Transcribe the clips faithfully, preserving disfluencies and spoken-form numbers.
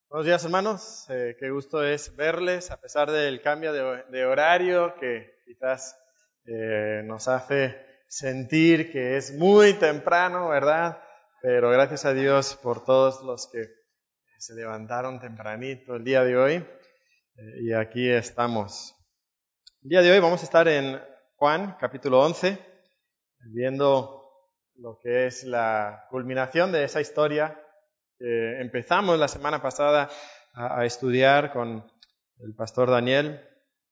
Buenos días, hermanos. Eh, qué gusto es verles a pesar del cambio de, de horario que quizás eh, nos hace sentir que es muy temprano, ¿verdad? Pero gracias a Dios por todos los que se levantaron tempranito el día de hoy. Eh, y aquí estamos. El día de hoy vamos a estar en Juan, capítulo once, viendo lo que es la culminación de esa historia que empezamos la semana pasada a, a estudiar con el pastor Daniel.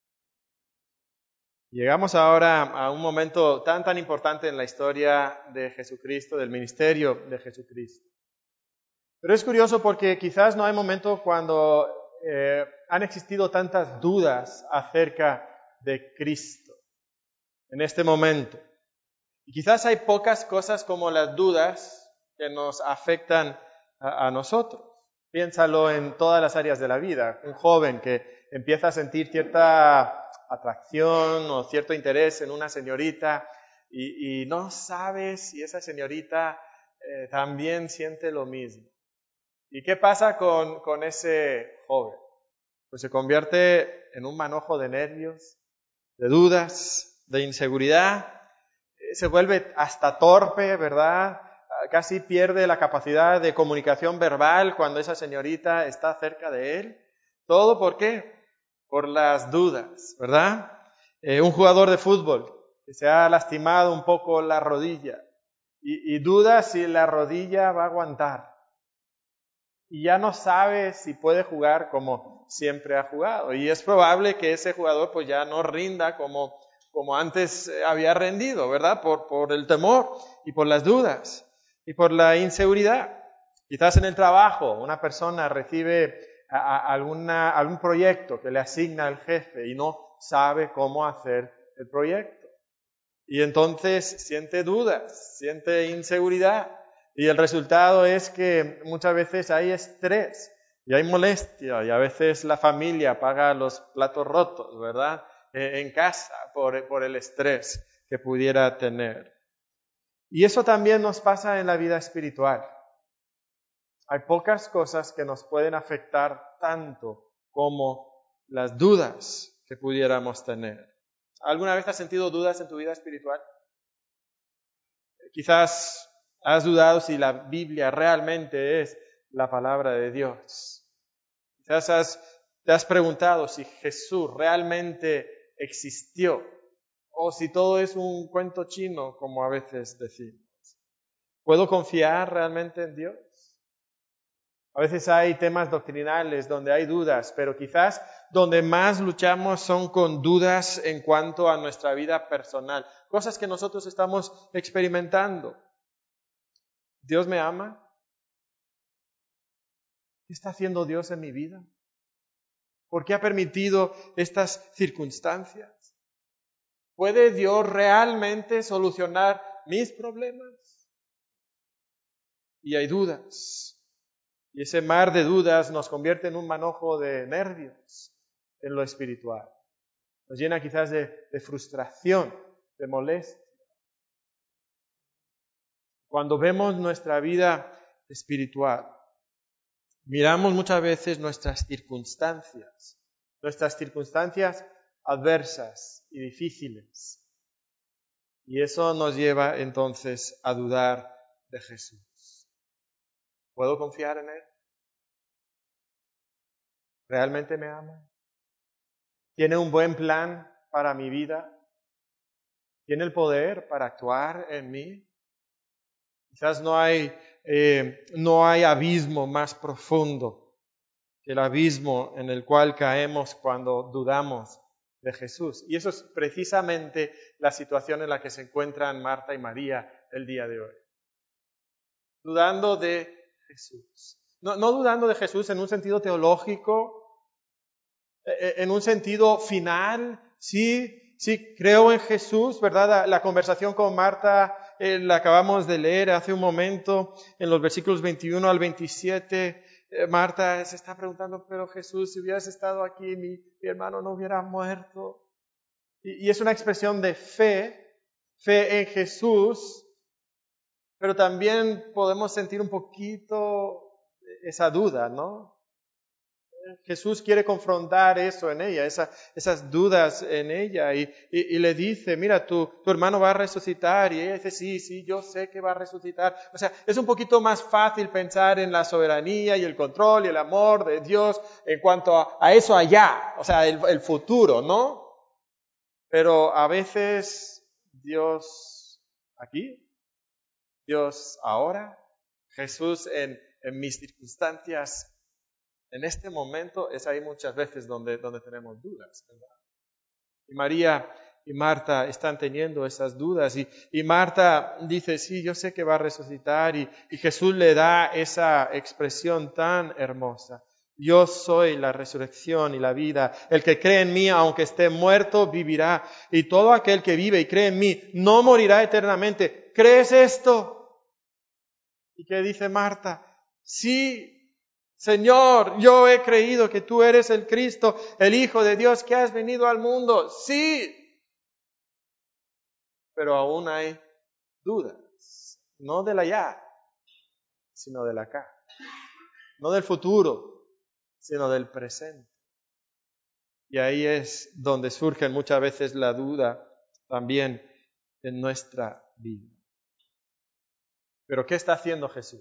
Llegamos ahora a un momento tan tan importante en la historia de Jesucristo, del ministerio de Jesucristo. Pero es curioso porque quizás no hay momento cuando eh, han existido tantas dudas acerca de Cristo en este momento. Y quizás hay pocas cosas como las dudas que nos afectan a, a nosotros. Piénsalo en todas las áreas de la vida. Un joven que empieza a sentir cierta atracción o cierto interés en una señorita y, y no sabe si esa señorita eh, también siente lo mismo. ¿Y qué pasa con, con ese joven? Pues se convierte en un manojo de nervios, de dudas, de inseguridad. Se vuelve hasta torpe, ¿verdad? Casi pierde la capacidad de comunicación verbal cuando esa señorita está cerca de él. ¿Todo por qué? Por las dudas, ¿verdad? Eh, un jugador de fútbol que se ha lastimado un poco la rodilla y, y duda si la rodilla va a aguantar. Y ya no sabe si puede jugar como siempre ha jugado. Y es probable que ese jugador pues ya no rinda como como antes había rendido, ¿verdad? Por, por el temor y por las dudas y por la inseguridad. Quizás en el trabajo una persona recibe a, a alguna, algún proyecto que le asigna el jefe y no sabe cómo hacer el proyecto. Y entonces siente dudas, siente inseguridad. Y el resultado es que muchas veces hay estrés y hay molestia y a veces la familia paga los platos rotos, ¿verdad? En casa por, por el estrés que pudiera tener. Y eso también nos pasa en la vida espiritual. Hay pocas cosas que nos pueden afectar tanto como las dudas que pudiéramos tener. ¿Alguna vez has sentido dudas en tu vida espiritual? Quizás has dudado si la Biblia realmente es la palabra de Dios. Quizás has, te has preguntado si Jesús realmente existió o si todo es un cuento chino, como a veces decimos. ¿Puedo confiar realmente en Dios? A veces hay temas doctrinales donde hay dudas, pero quizás donde más luchamos son con dudas en cuanto a nuestra vida personal, cosas que nosotros estamos experimentando. ¿Dios me ama? ¿Qué está haciendo Dios en mi vida? ¿Por qué ha permitido estas circunstancias? ¿Puede Dios realmente solucionar mis problemas? Y hay dudas. Y ese mar de dudas nos convierte en un manojo de nervios en lo espiritual. Nos llena quizás de, de frustración, de molestia. Cuando vemos nuestra vida espiritual, miramos muchas veces nuestras circunstancias, nuestras circunstancias adversas y difíciles. Y eso nos lleva entonces a dudar de Jesús. ¿Puedo confiar en Él? ¿Realmente me ama? ¿Tiene un buen plan para mi vida? ¿Tiene el poder para actuar en mí? Quizás no hay, eh, no hay abismo más profundo que el abismo en el cual caemos cuando dudamos de Jesús. Y eso es precisamente la situación en la que se encuentran Marta y María el día de hoy. Dudando de Jesús. No, no dudando de Jesús en un sentido teológico, en un sentido final. Sí, sí, creo en Jesús, ¿verdad? La, la conversación con Marta eh, la acabamos de leer hace un momento en los versículos veintiuno al veintisiete. Eh, Marta se está preguntando, pero Jesús, si hubieras estado aquí, mi, mi hermano no hubiera muerto. Y, y es una expresión de fe, fe en Jesús, pero también podemos sentir un poquito esa duda, ¿no? Jesús quiere confrontar eso en ella, esa, esas dudas en ella, y, y, y le dice, mira, tu, tu hermano va a resucitar, y ella dice, sí, sí, yo sé que va a resucitar. O sea, es un poquito más fácil pensar en la soberanía y el control y el amor de Dios en cuanto a, a eso allá, o sea, el, el futuro, ¿no? Pero a veces Dios aquí, Dios ahora, Jesús en, en mis circunstancias, en este momento es ahí muchas veces donde, donde tenemos dudas, ¿verdad? Y María y Marta están teniendo esas dudas y, y Marta dice, sí, yo sé que va a resucitar y, y Jesús le da esa expresión tan hermosa. Yo soy la resurrección y la vida. El que cree en mí, aunque esté muerto, vivirá. Y todo aquel que vive y cree en mí, no morirá eternamente. ¿Crees esto? ¿Y qué dice Marta? Sí, Señor, yo he creído que tú eres el Cristo, el Hijo de Dios que has venido al mundo. Sí, pero aún hay dudas, no del allá, sino del acá. No del futuro, sino del presente. Y ahí es donde surge muchas veces la duda también en nuestra vida. Pero ¿qué está haciendo Jesús?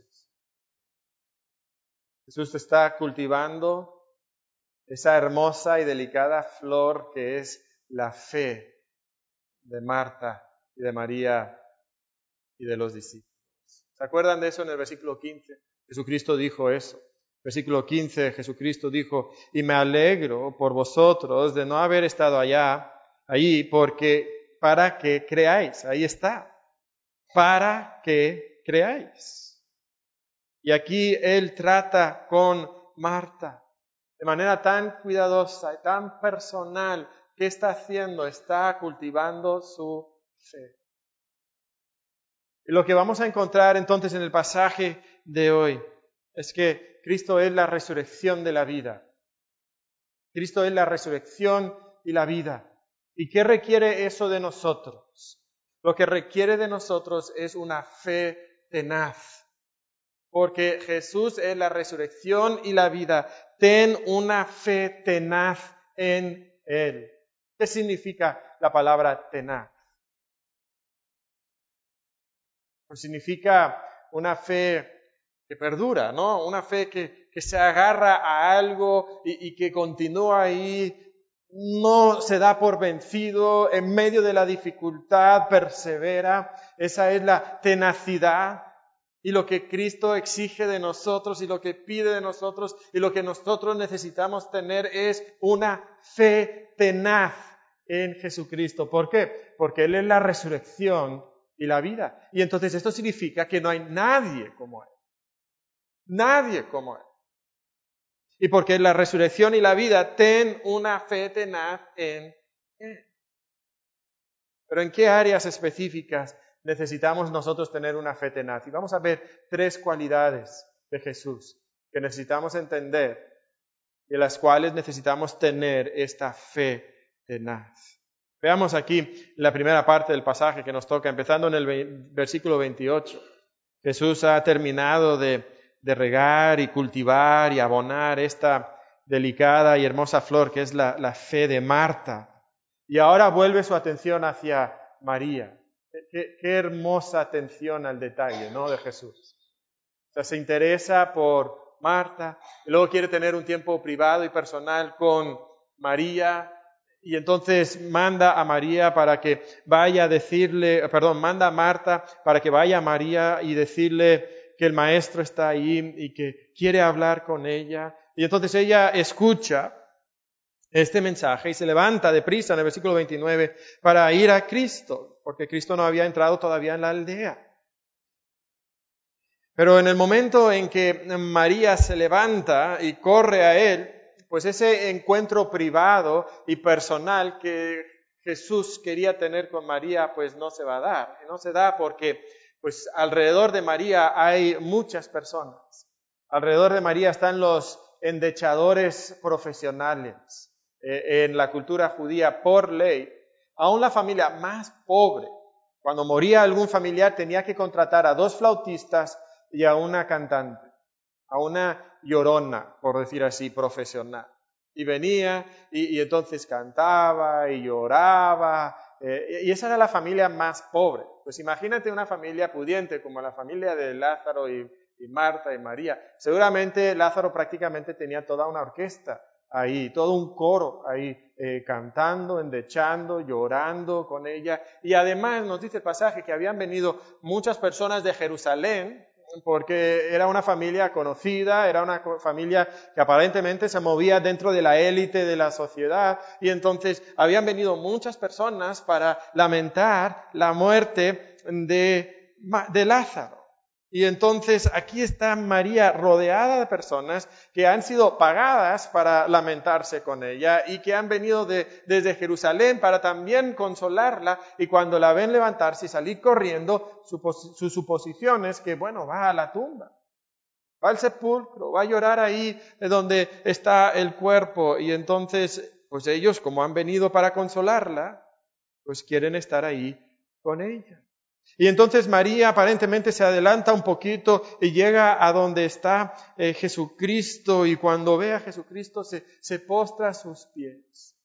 Jesús está cultivando esa hermosa y delicada flor que es la fe de Marta y de María y de los discípulos. ¿Se acuerdan de eso en el versículo quince? Jesucristo dijo eso. Versículo quince, Jesucristo dijo, y me alegro por vosotros de no haber estado allá, allí, porque para que creáis, ahí está, para que creáis. Y aquí Él trata con Marta de manera tan cuidadosa y tan personal. ¿Qué está haciendo? Está cultivando su fe. Y lo que vamos a encontrar entonces en el pasaje de hoy es que Cristo es la resurrección de la vida. Cristo es la resurrección y la vida. ¿Y qué requiere eso de nosotros? Lo que requiere de nosotros es una fe tenaz. Porque Jesús es la resurrección y la vida. Ten una fe tenaz en Él. ¿Qué significa la palabra tenaz? Pues significa una fe que perdura, ¿no? Una fe que, que se agarra a algo y, y que continúa ahí, no se da por vencido, en medio de la dificultad persevera. Esa es la tenacidad. Y lo que Cristo exige de nosotros y lo que pide de nosotros y lo que nosotros necesitamos tener es una fe tenaz en Jesucristo. ¿Por qué? Porque Él es la resurrección y la vida. Y entonces esto significa que no hay nadie como Él. Nadie como Él. Y porque es la resurrección y la vida, ten una fe tenaz en Él. Pero ¿en qué áreas específicas necesitamos nosotros tener una fe tenaz? Y vamos a ver tres cualidades de Jesús que necesitamos entender y en las cuales necesitamos tener esta fe tenaz. Veamos aquí la primera parte del pasaje que nos toca, empezando en el versículo veintiocho. Jesús ha terminado de, de regar y cultivar y abonar esta delicada y hermosa flor que es la, la fe de Marta. Y ahora vuelve su atención hacia María. Qué, qué hermosa atención al detalle, ¿no?, de Jesús. O sea, se interesa por Marta, y luego quiere tener un tiempo privado y personal con María, y entonces manda a María para que vaya a decirle, perdón, manda a Marta para que vaya a María y decirle que el maestro está ahí y que quiere hablar con ella. Y entonces ella escucha este mensaje y se levanta deprisa en el versículo veintinueve para ir a Cristo, porque Cristo no había entrado todavía en la aldea. Pero en el momento en que María se levanta y corre a Él, pues ese encuentro privado y personal que Jesús quería tener con María, pues no se va a dar. No se da porque pues alrededor de María hay muchas personas. Alrededor de María están los endechadores profesionales. Eh, en la cultura judía, por ley, aún la familia más pobre, cuando moría algún familiar, tenía que contratar a dos flautistas y a una cantante, a una llorona, por decir así, profesional. Y venía y, y entonces cantaba y lloraba. Eh, y esa era la familia más pobre. Pues imagínate una familia pudiente como la familia de Lázaro y, y Marta y María. Seguramente Lázaro prácticamente tenía toda una orquesta ahí, todo un coro ahí, eh, cantando, endechando, llorando con ella. Y además nos dice el pasaje que habían venido muchas personas de Jerusalén, porque era una familia conocida, era una familia que aparentemente se movía dentro de la élite de la sociedad, y entonces habían venido muchas personas para lamentar la muerte de, de Lázaro. Y entonces aquí está María rodeada de personas que han sido pagadas para lamentarse con ella y que han venido de, desde Jerusalén para también consolarla, y cuando la ven levantarse y salir corriendo, su, su suposición es que, bueno, va a la tumba, va al sepulcro, va a llorar ahí donde está el cuerpo, y entonces, pues ellos, como han venido para consolarla, pues quieren estar ahí con ella. Y entonces María aparentemente se adelanta un poquito y llega a donde está eh, Jesucristo, y cuando ve a Jesucristo se, se postra a sus pies.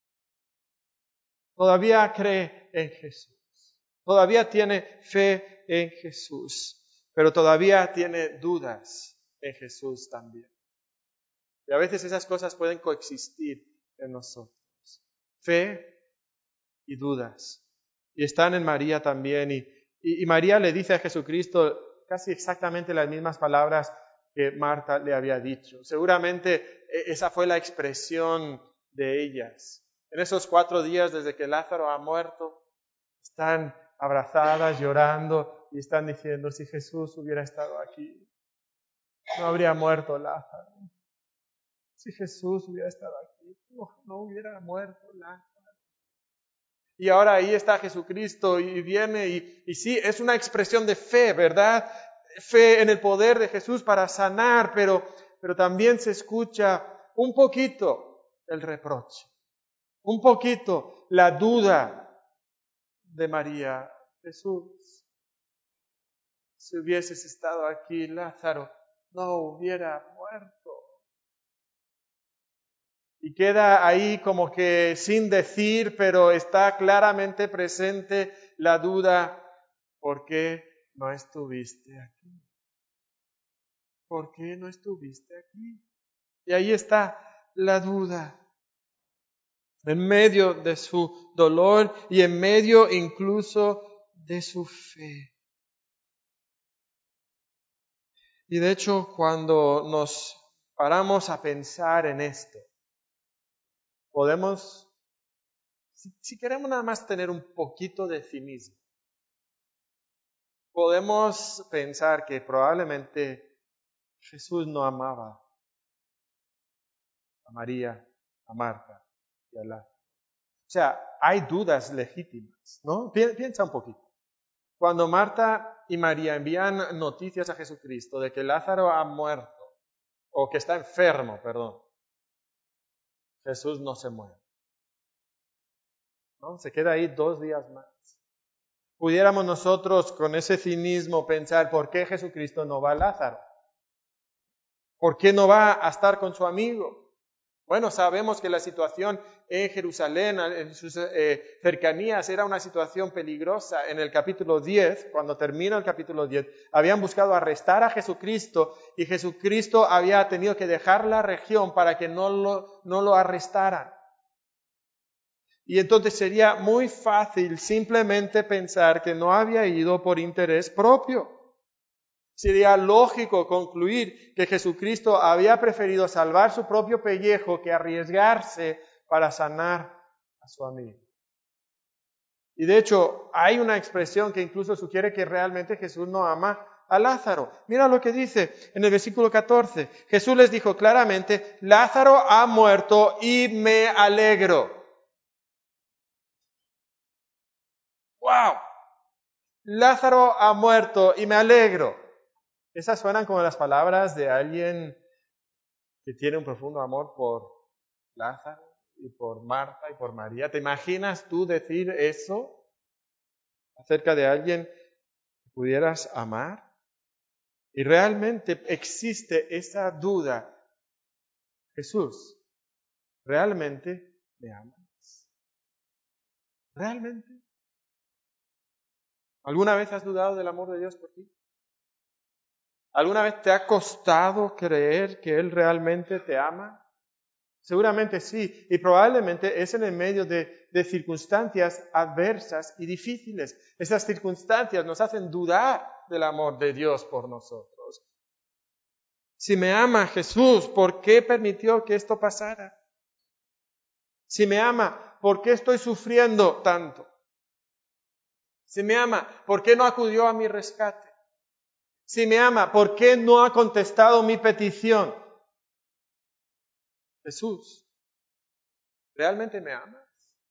Todavía cree en Jesús. Todavía tiene fe en Jesús. Pero todavía tiene dudas en Jesús también. Y a veces esas cosas pueden coexistir en nosotros. Fe y dudas. Y están en María también. Y Y, y María le dice a Jesucristo casi exactamente las mismas palabras que Marta le había dicho. Seguramente esa fue la expresión de ellas. En esos cuatro días desde que Lázaro ha muerto, están abrazadas, llorando, y están diciendo, si Jesús hubiera estado aquí, no habría muerto Lázaro. Si Jesús hubiera estado aquí, no, no hubiera muerto Lázaro. Y ahora ahí está Jesucristo y viene y, y sí, es una expresión de fe, ¿verdad? Fe en el poder de Jesús para sanar, pero, pero también se escucha un poquito el reproche, un poquito la duda de María. Jesús, si hubieses estado aquí, Lázaro no hubiera muerto. Y queda ahí como que sin decir, pero está claramente presente la duda, ¿por qué no estuviste aquí? ¿Por qué no estuviste aquí? Y ahí está la duda. En medio de su dolor y en medio incluso de su fe. Y de hecho, cuando nos paramos a pensar en esto, podemos, si, si queremos nada más tener un poquito de cinismo, podemos pensar que probablemente Jesús no amaba a María, a Marta y a Lázaro. O sea, hay dudas legítimas, ¿no? Piensa un poquito. Cuando Marta y María envían noticias a Jesucristo de que Lázaro ha muerto, o que está enfermo, perdón, Jesús no se muere, ¿no? Se queda ahí dos días más. Pudiéramos nosotros con ese cinismo pensar, ¿por qué Jesucristo no va a Lázaro? ¿Por qué no va a estar con su amigo? Bueno, sabemos que la situación en Jerusalén, en sus eh, cercanías, era una situación peligrosa. En el capítulo diez, cuando termina el capítulo diez, habían buscado arrestar a Jesucristo y Jesucristo había tenido que dejar la región para que no lo, no lo arrestaran. Y entonces sería muy fácil simplemente pensar que no había ido por interés propio. Sería lógico concluir que Jesucristo había preferido salvar su propio pellejo que arriesgarse para sanar a su amigo. Y de hecho, hay una expresión que incluso sugiere que realmente Jesús no ama a Lázaro. Mira lo que dice en el versículo catorce. Jesús les dijo claramente, Lázaro ha muerto y me alegro. ¡Wow! Lázaro ha muerto y me alegro. Esas suenan como las palabras de alguien que tiene un profundo amor por Lázaro y por Marta y por María. ¿Te imaginas tú decir eso acerca de alguien que pudieras amar? Y realmente existe esa duda. Jesús, ¿realmente me amas? ¿Realmente? ¿Alguna vez has dudado del amor de Dios por ti? ¿Alguna vez te ha costado creer que Él realmente te ama? Seguramente sí, y probablemente es en el medio de, de circunstancias adversas y difíciles. Esas circunstancias nos hacen dudar del amor de Dios por nosotros. Si me ama Jesús, ¿por qué permitió que esto pasara? Si me ama, ¿por qué estoy sufriendo tanto? Si me ama, ¿por qué no acudió a mi rescate? Si me ama, ¿por qué no ha contestado mi petición? Jesús, ¿realmente me amas?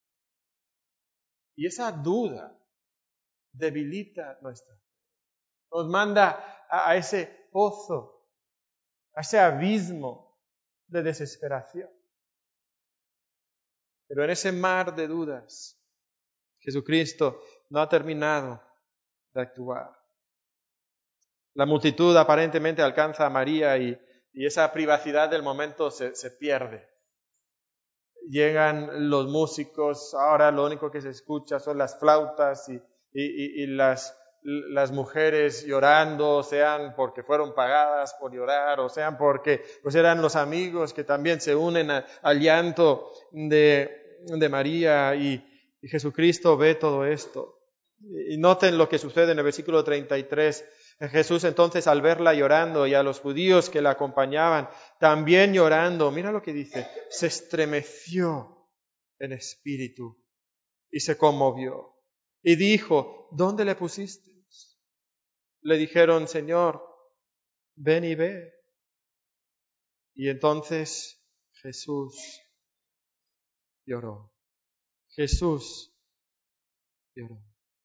Y esa duda debilita nuestra. Nos manda a, a ese pozo, a ese abismo de desesperación. Pero en ese mar de dudas, Jesucristo no ha terminado de actuar. La multitud aparentemente alcanza a María y, y esa privacidad del momento se, se pierde. Llegan los músicos, ahora lo único que se escucha son las flautas y, y, y las, las mujeres llorando, sean porque fueron pagadas por llorar, o sean porque pues eran los amigos que también se unen a, al llanto de, de María, y, y Jesucristo ve todo esto. Y noten lo que sucede en el versículo treinta y tres. Jesús entonces, al verla llorando y a los judíos que la acompañaban también llorando, mira lo que dice, se estremeció en espíritu y se conmovió. Y dijo, ¿dónde le pusisteis? Le dijeron, Señor, ven y ve. Y entonces Jesús lloró. Jesús lloró.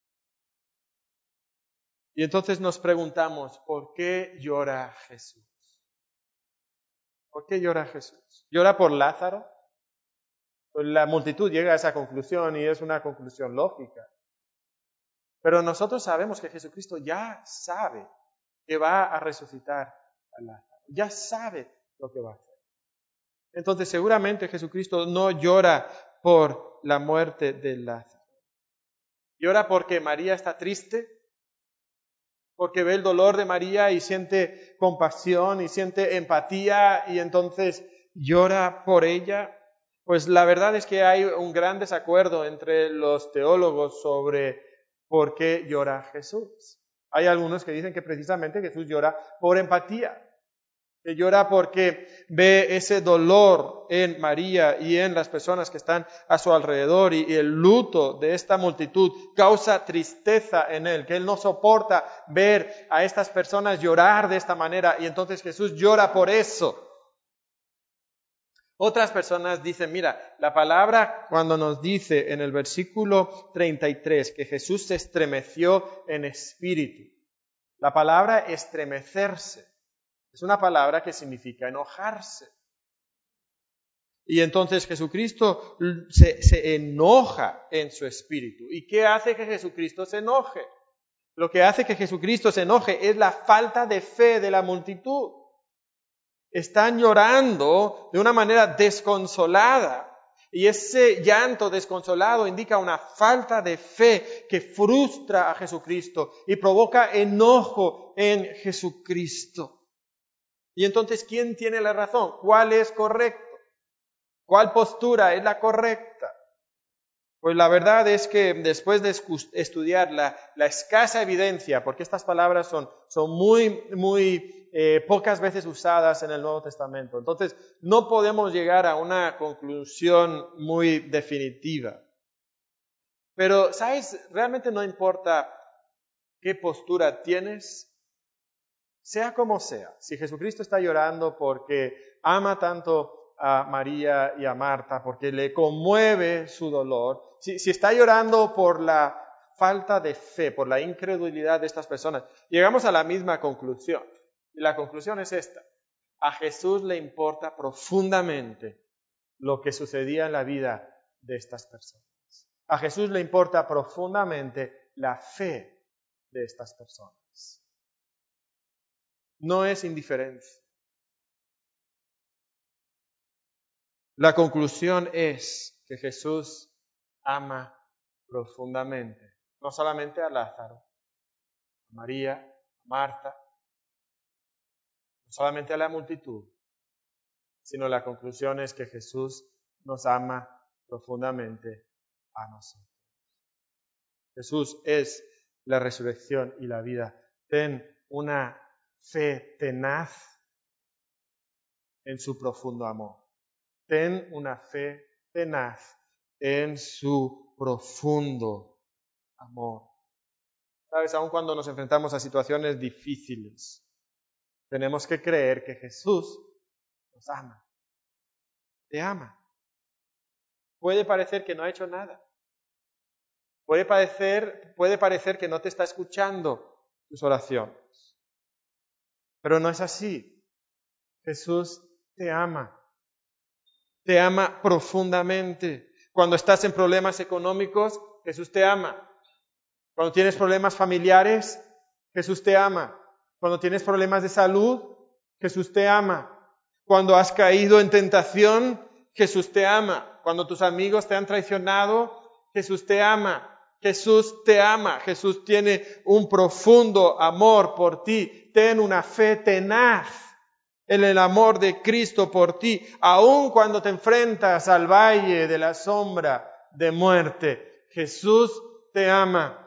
Y entonces nos preguntamos, ¿por qué llora Jesús? ¿Por qué llora Jesús? ¿Llora por Lázaro? Pues la multitud llega a esa conclusión y es una conclusión lógica. Pero nosotros sabemos que Jesucristo ya sabe que va a resucitar a Lázaro. Ya sabe lo que va a hacer. Entonces seguramente Jesucristo no llora por la muerte de Lázaro. Llora porque María está triste, porque ve el dolor de María y siente compasión y siente empatía y entonces llora por ella. Pues la verdad es que hay un gran desacuerdo entre los teólogos sobre por qué llora Jesús. Hay algunos que dicen que precisamente Jesús llora por empatía, que llora porque ve ese dolor en María y en las personas que están a su alrededor, y el luto de esta multitud causa tristeza en él, que él no soporta ver a estas personas llorar de esta manera, y entonces Jesús llora por eso. Otras personas dicen, mira, la palabra cuando nos dice en el versículo treinta y tres que Jesús se estremeció en espíritu, la palabra estremecerse es una palabra que significa enojarse. Y entonces Jesucristo se, se enoja en su espíritu. ¿Y qué hace que Jesucristo se enoje? Lo que hace que Jesucristo se enoje es la falta de fe de la multitud. Están llorando de una manera desconsolada. Y ese llanto desconsolado indica una falta de fe que frustra a Jesucristo y provoca enojo en Jesucristo. Y entonces, ¿quién tiene la razón? ¿Cuál es correcto? ¿Cuál postura es la correcta? Pues la verdad es que después de estudiar la, la escasa evidencia, porque estas palabras son, son muy, muy eh, pocas veces usadas en el Nuevo Testamento, entonces no podemos llegar a una conclusión muy definitiva. Pero, ¿sabes? Realmente no importa qué postura tienes, sea como sea. Si Jesucristo está llorando porque ama tanto a María y a Marta, porque le conmueve su dolor, si, si está llorando por la falta de fe, por la incredulidad de estas personas, llegamos a la misma conclusión. Y la conclusión es esta. A Jesús le importa profundamente lo que sucedía en la vida de estas personas. A Jesús le importa profundamente la fe de estas personas. no es indiferencia. La conclusión es que Jesús ama profundamente, no solamente a Lázaro, a María, a Marta, no solamente a la multitud, sino la conclusión es que Jesús nos ama profundamente a nosotros. Jesús es la resurrección y la vida. Ten una fe tenaz en su profundo amor. Ten una fe tenaz en su profundo amor. Sabes, aun cuando nos enfrentamos a situaciones difíciles, tenemos que creer que Jesús nos ama. Te ama. Puede parecer que no ha hecho nada. Puede parecer, puede parecer que no te está escuchando tus oraciones. Pero no es así. Jesús te ama. Te ama profundamente. Cuando estás en problemas económicos, Jesús te ama. Cuando tienes problemas familiares, Jesús te ama. Cuando tienes problemas de salud, Jesús te ama. Cuando has caído en tentación, Jesús te ama. Cuando tus amigos te han traicionado, Jesús te ama. Jesús te ama. Jesús tiene un profundo amor por ti. Ten una fe tenaz en el amor de Cristo por ti, aun cuando te enfrentas al valle de la sombra de muerte. Jesús te ama.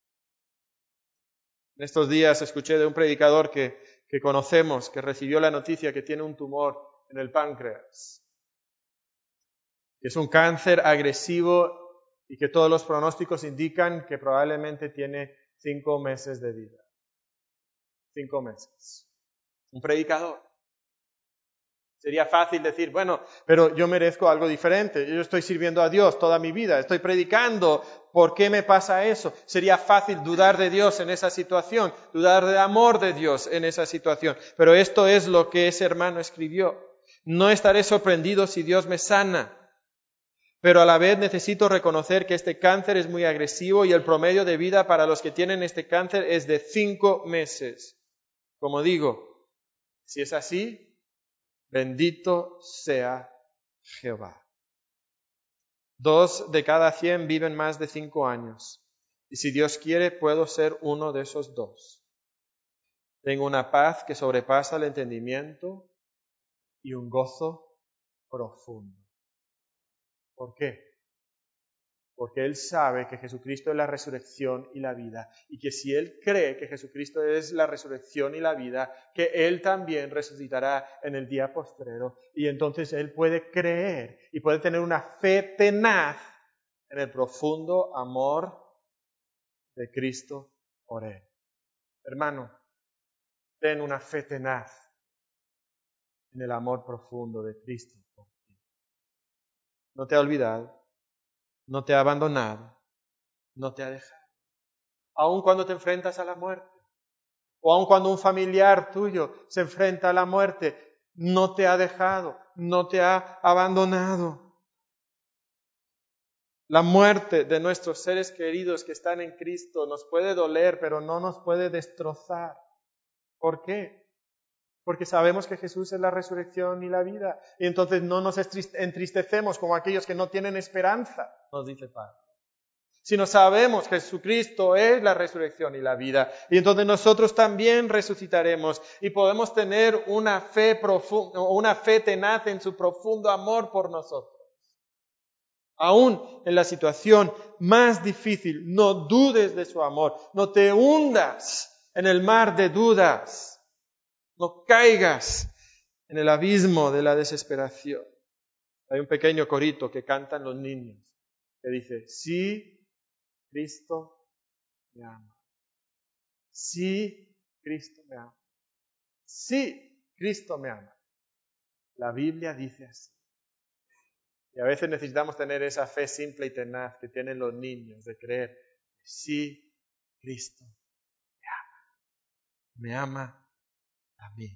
En estos días escuché de un predicador que, que conocemos, que recibió la noticia que tiene un tumor en el páncreas. Es un cáncer agresivo y que todos los pronósticos indican que probablemente tiene cinco meses de vida. Cinco meses. Un predicador. Sería fácil decir, bueno, pero yo merezco algo diferente. Yo estoy sirviendo a Dios toda mi vida, estoy predicando. ¿Por qué me pasa eso? Sería fácil dudar de Dios en esa situación, dudar del amor de Dios en esa situación. Pero esto es lo que ese hermano escribió. No estaré sorprendido si Dios me sana, pero a la vez necesito reconocer que este cáncer es muy agresivo y el promedio de vida para los que tienen este cáncer es de cinco meses. Como digo, si es así, bendito sea Jehová. Dos de cada cien viven más de cinco años. Y si Dios quiere, puedo ser uno de esos dos. Tengo una paz que sobrepasa el entendimiento y un gozo profundo. ¿Por qué? Porque Él sabe que Jesucristo es la resurrección y la vida, y que si Él cree que Jesucristo es la resurrección y la vida, que Él también resucitará en el día postrero, y entonces Él puede creer y puede tener una fe tenaz en el profundo amor de Cristo por Él. Hermano, ten una fe tenaz en el amor profundo de Cristo por ti. No te ha olvidado, no te ha abandonado, no te ha dejado. Aun cuando te enfrentas a la muerte, o aun cuando un familiar tuyo se enfrenta a la muerte, no te ha dejado, no te ha abandonado. La muerte de nuestros seres queridos que están en Cristo nos puede doler, pero no nos puede destrozar. ¿Por qué? Porque sabemos que Jesús es la resurrección y la vida, y entonces no nos entristecemos como aquellos que no tienen esperanza, nos dice Pablo. Sino sabemos que Jesucristo es la resurrección y la vida. Y entonces nosotros también resucitaremos y podemos tener una fe profunda, una fe tenaz en su profundo amor por nosotros. Aún en la situación más difícil, no dudes de su amor, no te hundas en el mar de dudas, no caigas en el abismo de la desesperación. Hay un pequeño corito que cantan los niños que dice, sí, Cristo me ama. Sí, Cristo me ama. Sí, Cristo me ama. La Biblia dice así. Y a veces necesitamos tener esa fe simple y tenaz que tienen los niños de creer. Sí, Cristo me ama. Me ama a mí.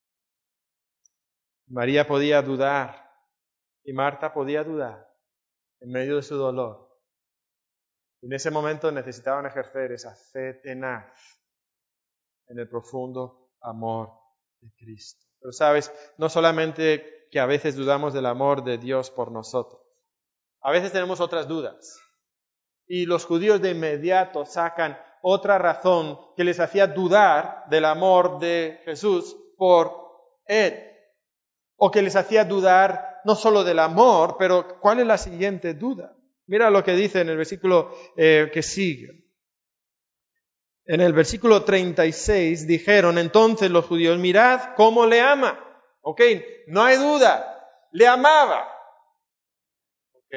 María podía dudar y Marta podía dudar en medio de su dolor. En ese momento necesitaban ejercer esa fe tenaz en el profundo amor de Cristo. Pero sabes, no solamente que a veces dudamos del amor de Dios por nosotros, a veces tenemos otras dudas. Y los judíos de inmediato sacan otra razón que les hacía dudar del amor de Jesús por Él. O que les hacía dudar no solo del amor, pero ¿cuál es la siguiente duda? Mira lo que dice en el versículo eh, que sigue. En el versículo treinta y seis dijeron entonces los judíos, mirad cómo le ama. Ok, no hay duda, le amaba. Ok,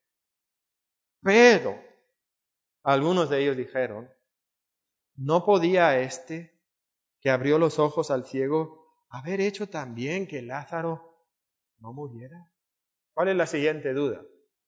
pero algunos de ellos dijeron, ¿no podía este que abrió los ojos al ciego haber hecho también que Lázaro no muriera? ¿Cuál es la siguiente duda?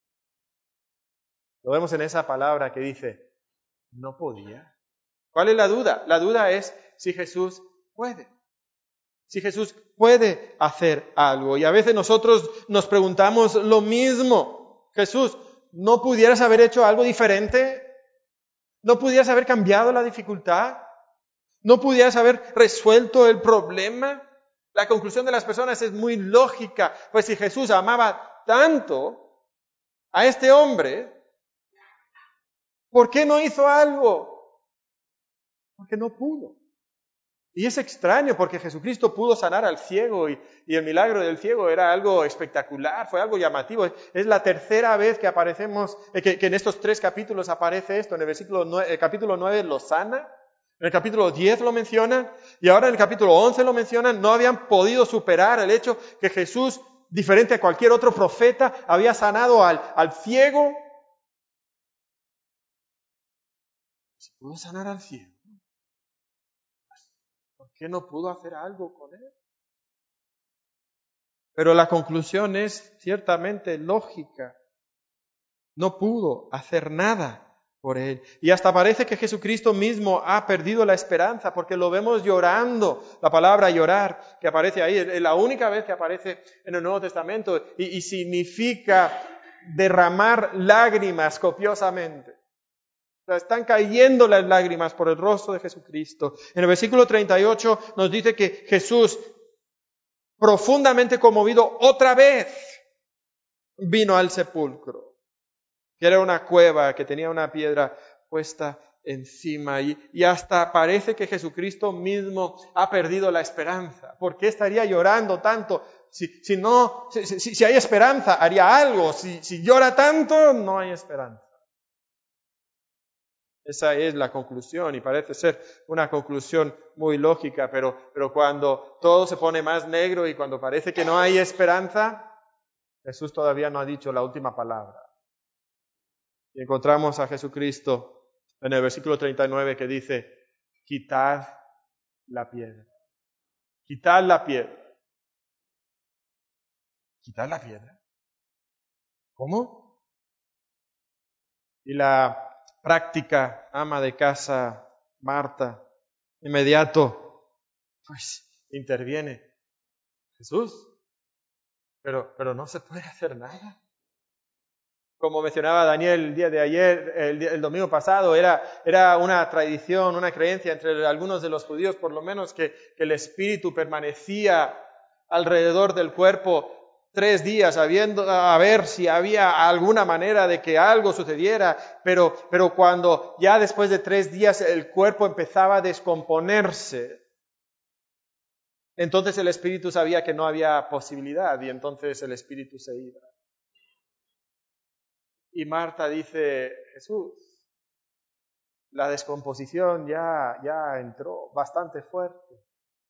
Lo vemos en esa palabra que dice, no podía. ¿Cuál es la duda? La duda es si Jesús puede. Si Jesús puede hacer algo. Y a veces nosotros nos preguntamos lo mismo. Jesús, ¿no pudieras haber hecho algo diferente? ¿No pudieras haber cambiado la dificultad? ¿No pudieras haber resuelto el problema? La conclusión de las personas es muy lógica. Pues si Jesús amaba tanto a este hombre, ¿por qué no hizo algo? Porque no pudo. Y es extraño porque Jesucristo pudo sanar al ciego y, y el milagro del ciego era algo espectacular, fue algo llamativo. Es la tercera vez que aparecemos, eh, que, que en estos tres capítulos aparece esto. En el versículo nueve, el capítulo nueve lo sana, en el capítulo diez lo mencionan y ahora en el capítulo once lo mencionan. No habían podido superar el hecho que Jesús, diferente a cualquier otro profeta, había sanado al, al ciego. Si pudo sanar al ciego, ¿por qué no pudo hacer algo con él? Pero la conclusión es ciertamente lógica. No pudo hacer nada por él. Y hasta parece que Jesucristo mismo ha perdido la esperanza, porque lo vemos llorando. La palabra llorar que aparece ahí es la única vez que aparece en el Nuevo Testamento y, y significa derramar lágrimas copiosamente. O sea, están cayendo las lágrimas por el rostro de Jesucristo. En el versículo treinta y ocho nos dice que Jesús, profundamente conmovido, otra vez vino al sepulcro, que era una cueva que tenía una piedra puesta encima y, y hasta parece que Jesucristo mismo ha perdido la esperanza. ¿Por qué estaría llorando tanto? Si, si no, si, si, si hay esperanza, haría algo. Si, si llora tanto, no hay esperanza. Esa es la conclusión y parece ser una conclusión muy lógica, pero, pero cuando todo se pone más negro y cuando parece que no hay esperanza, Jesús todavía no ha dicho la última palabra. Y encontramos a Jesucristo en el versículo treinta y nueve que dice, quitad la piedra. Quitad la piedra. ¿Quitad la piedra? ¿Cómo? Y la práctica ama de casa, Marta, inmediato, pues interviene. Jesús, pero, pero no se puede hacer nada. Como mencionaba Daniel el día de ayer, el, el domingo pasado, era, era una tradición, una creencia entre algunos de los judíos, por lo menos, que, que el espíritu permanecía alrededor del cuerpo tres días, habiendo, a ver si había alguna manera de que algo sucediera, pero, pero cuando ya después de tres días el cuerpo empezaba a descomponerse, entonces el espíritu sabía que no había posibilidad y entonces el espíritu se iba. Y Marta dice, Jesús, la descomposición ya, ya entró bastante fuerte.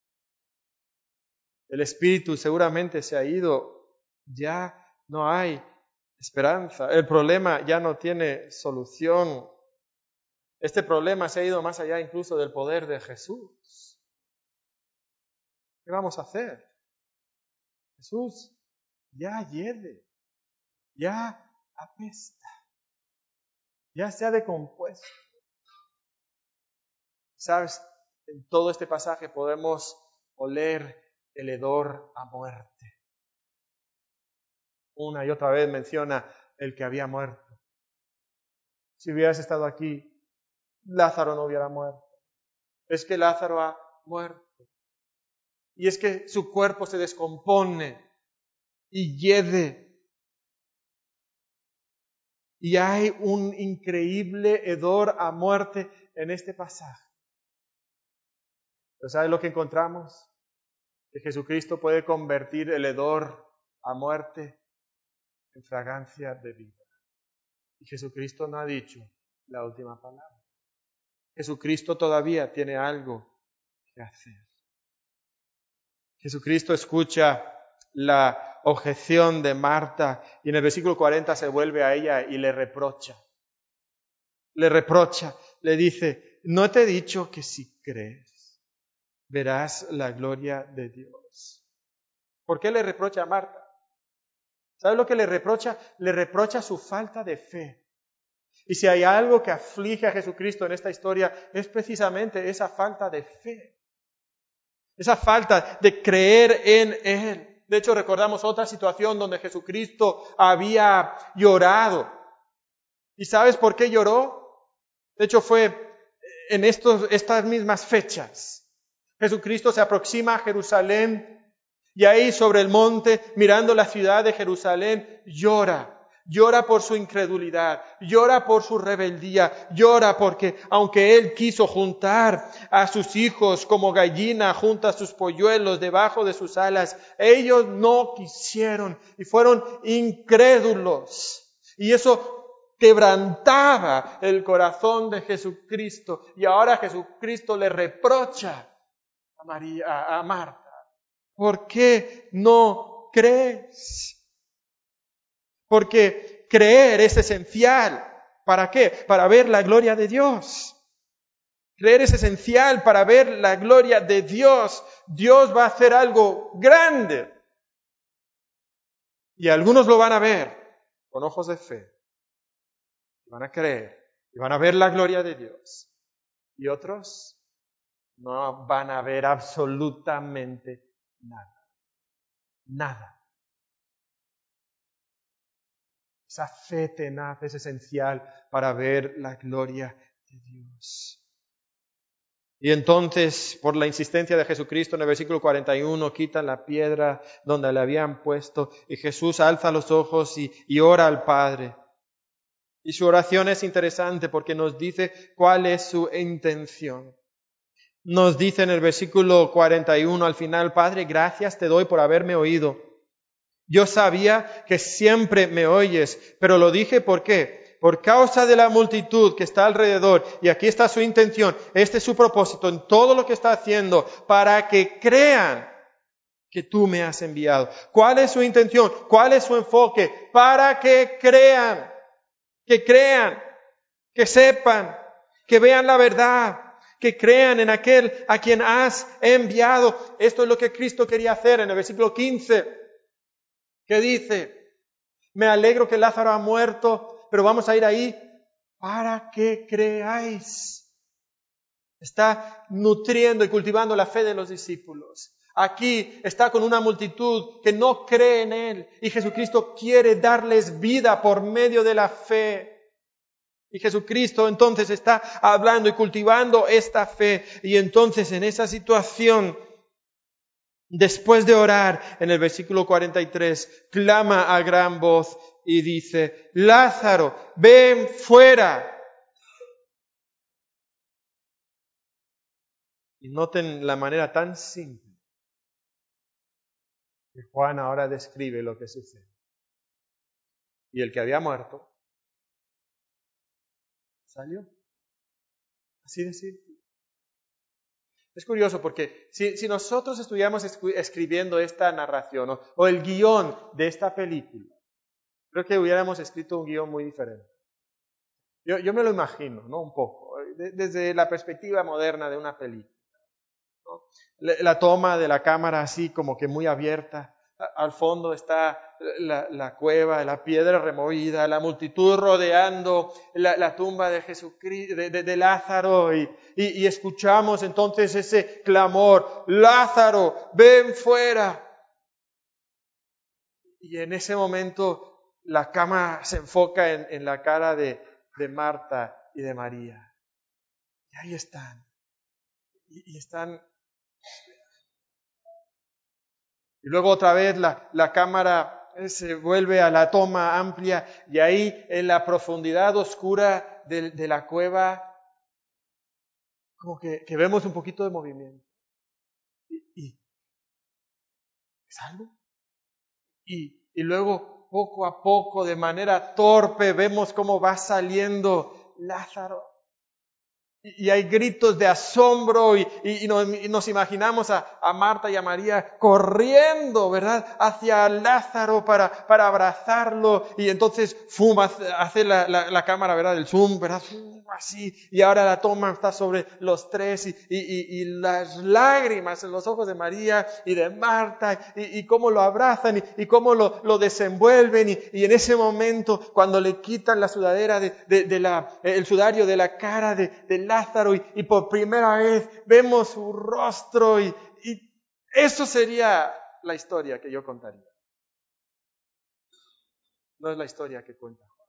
El espíritu seguramente se ha ido, ya no hay esperanza. El problema ya no tiene solución. Este problema se ha ido más allá incluso del poder de Jesús. ¿Qué vamos a hacer? Jesús ya hiede, ya apesta, ya se ha decompuesto. ¿Sabes? En todo este pasaje podemos oler el hedor a muerte. Una y otra vez menciona el que había muerto. Si hubieras estado aquí, Lázaro no hubiera muerto. Es que Lázaro ha muerto. Y es que su cuerpo se descompone y hiede. Y hay un increíble hedor a muerte en este pasaje. ¿Pero sabe lo que encontramos? Que Jesucristo puede convertir el hedor a muerte en fragancia de vida. Y Jesucristo no ha dicho la última palabra. Jesucristo todavía tiene algo que hacer. Jesucristo escucha la objeción de Marta y en el versículo cuarenta se vuelve a ella y le reprocha. Le reprocha, le dice, ¿no te he dicho que si crees, verás la gloria de Dios? ¿Por qué le reprocha a Marta? ¿Sabes lo que le reprocha? Le reprocha su falta de fe. Y si hay algo que aflige a Jesucristo en esta historia, es precisamente esa falta de fe. Esa falta de creer en Él. De hecho, recordamos otra situación donde Jesucristo había llorado. ¿Y sabes por qué lloró? De hecho, fue en estos, estas mismas fechas. Jesucristo se aproxima a Jerusalén y ahí sobre el monte, mirando la ciudad de Jerusalén, llora. Llora por su incredulidad, llora por su rebeldía, llora porque aunque Él quiso juntar a sus hijos como gallina junta sus polluelos debajo de sus alas, ellos no quisieron y fueron incrédulos. Y eso quebrantaba el corazón de Jesucristo y ahora Jesucristo le reprocha a María, a, a Marta. ¿Por qué no crees? Porque creer es esencial. ¿Para qué? Para ver la gloria de Dios. Creer es esencial para ver la gloria de Dios. Dios va a hacer algo grande. Y algunos lo van a ver con ojos de fe. Van a creer y van a ver la gloria de Dios. Y otros no van a ver absolutamente nada. Nada. Esa fe tenaz es esencial para ver la gloria de Dios. Y entonces, por la insistencia de Jesucristo en el versículo cuarenta y uno, quitan la piedra donde le habían puesto y Jesús alza los ojos y, y ora al Padre. Y su oración es interesante porque nos dice cuál es su intención. Nos dice en el versículo cuarenta y uno al final, Padre, gracias te doy por haberme oído. Yo sabía que siempre me oyes, pero lo dije ¿por qué? Por causa de la multitud que está alrededor. Y aquí está su intención, este es su propósito en todo lo que está haciendo, para que crean que tú me has enviado. ¿Cuál es su intención? ¿Cuál es su enfoque? Para que crean, que crean, que sepan, que vean la verdad, que crean en aquel a quien has enviado. Esto es lo que Cristo quería hacer en el versículo quince. ¿Qué dice? Me alegro que Lázaro ha muerto, pero vamos a ir ahí para que creáis. Está nutriendo y cultivando la fe de los discípulos. Aquí está con una multitud que no cree en Él y Jesucristo quiere darles vida por medio de la fe. Y Jesucristo entonces está hablando y cultivando esta fe y entonces en esa situación, después de orar, en el versículo cuarenta y tres, clama a gran voz y dice, Lázaro, ven fuera. Y noten la manera tan simple que Juan ahora describe lo que sucede. Y el que había muerto salió. Así de simple. Es curioso porque si, si nosotros estuviéramos escribiendo esta narración o, o el guión de esta película, creo que hubiéramos escrito un guión muy diferente. Yo, yo me lo imagino, ¿no? Un poco, de, desde la perspectiva moderna de una película, ¿no? La, la toma de la cámara así como que muy abierta, al fondo está la, la cueva, la piedra removida, la multitud rodeando la, la tumba de Jesucristo, de, de, de Lázaro y, y, y escuchamos entonces ese clamor, Lázaro, ven fuera. Y en ese momento la cámara se enfoca en, en la cara de, de Marta y de María. Y ahí están. Y, y están Y luego otra vez la, la cámara se vuelve a la toma amplia y ahí en la profundidad oscura de, de la cueva, como que, que vemos un poquito de movimiento. Y, y ¿es algo? Y, y luego poco a poco, de manera torpe, vemos cómo va saliendo Lázaro. Y hay gritos de asombro y, y, y, nos, y nos imaginamos a, a Marta y a María corriendo, ¿verdad?, hacia Lázaro para, para abrazarlo. Y entonces, fuma, hace la, la, la cámara, ¿verdad?, el zoom, ¿verdad?, así. Y ahora la toma está sobre los tres y, y, y, y las lágrimas en los ojos de María y de Marta y, y cómo lo abrazan y, y cómo lo, lo desenvuelven. Y, y en ese momento, cuando le quitan la sudadera, de, de, de la, el sudario de la cara de, de Lázaro y, y por primera vez vemos su rostro y, y eso sería la historia que yo contaría. No es la historia que cuenta Juan.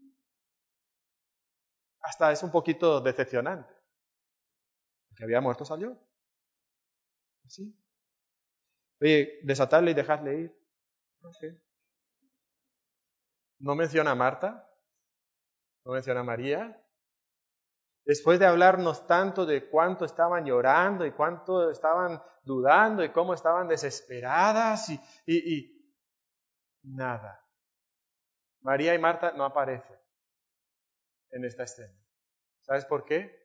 Hasta es un poquito decepcionante. El que había muerto salió. ¿Sí? Oye, desatarle y dejarle ir. No sé. No menciona a Marta, no menciona a María. Después de hablarnos tanto de cuánto estaban llorando y cuánto estaban dudando y cómo estaban desesperadas y, y, y nada. María y Marta no aparecen en esta escena. ¿Sabes por qué?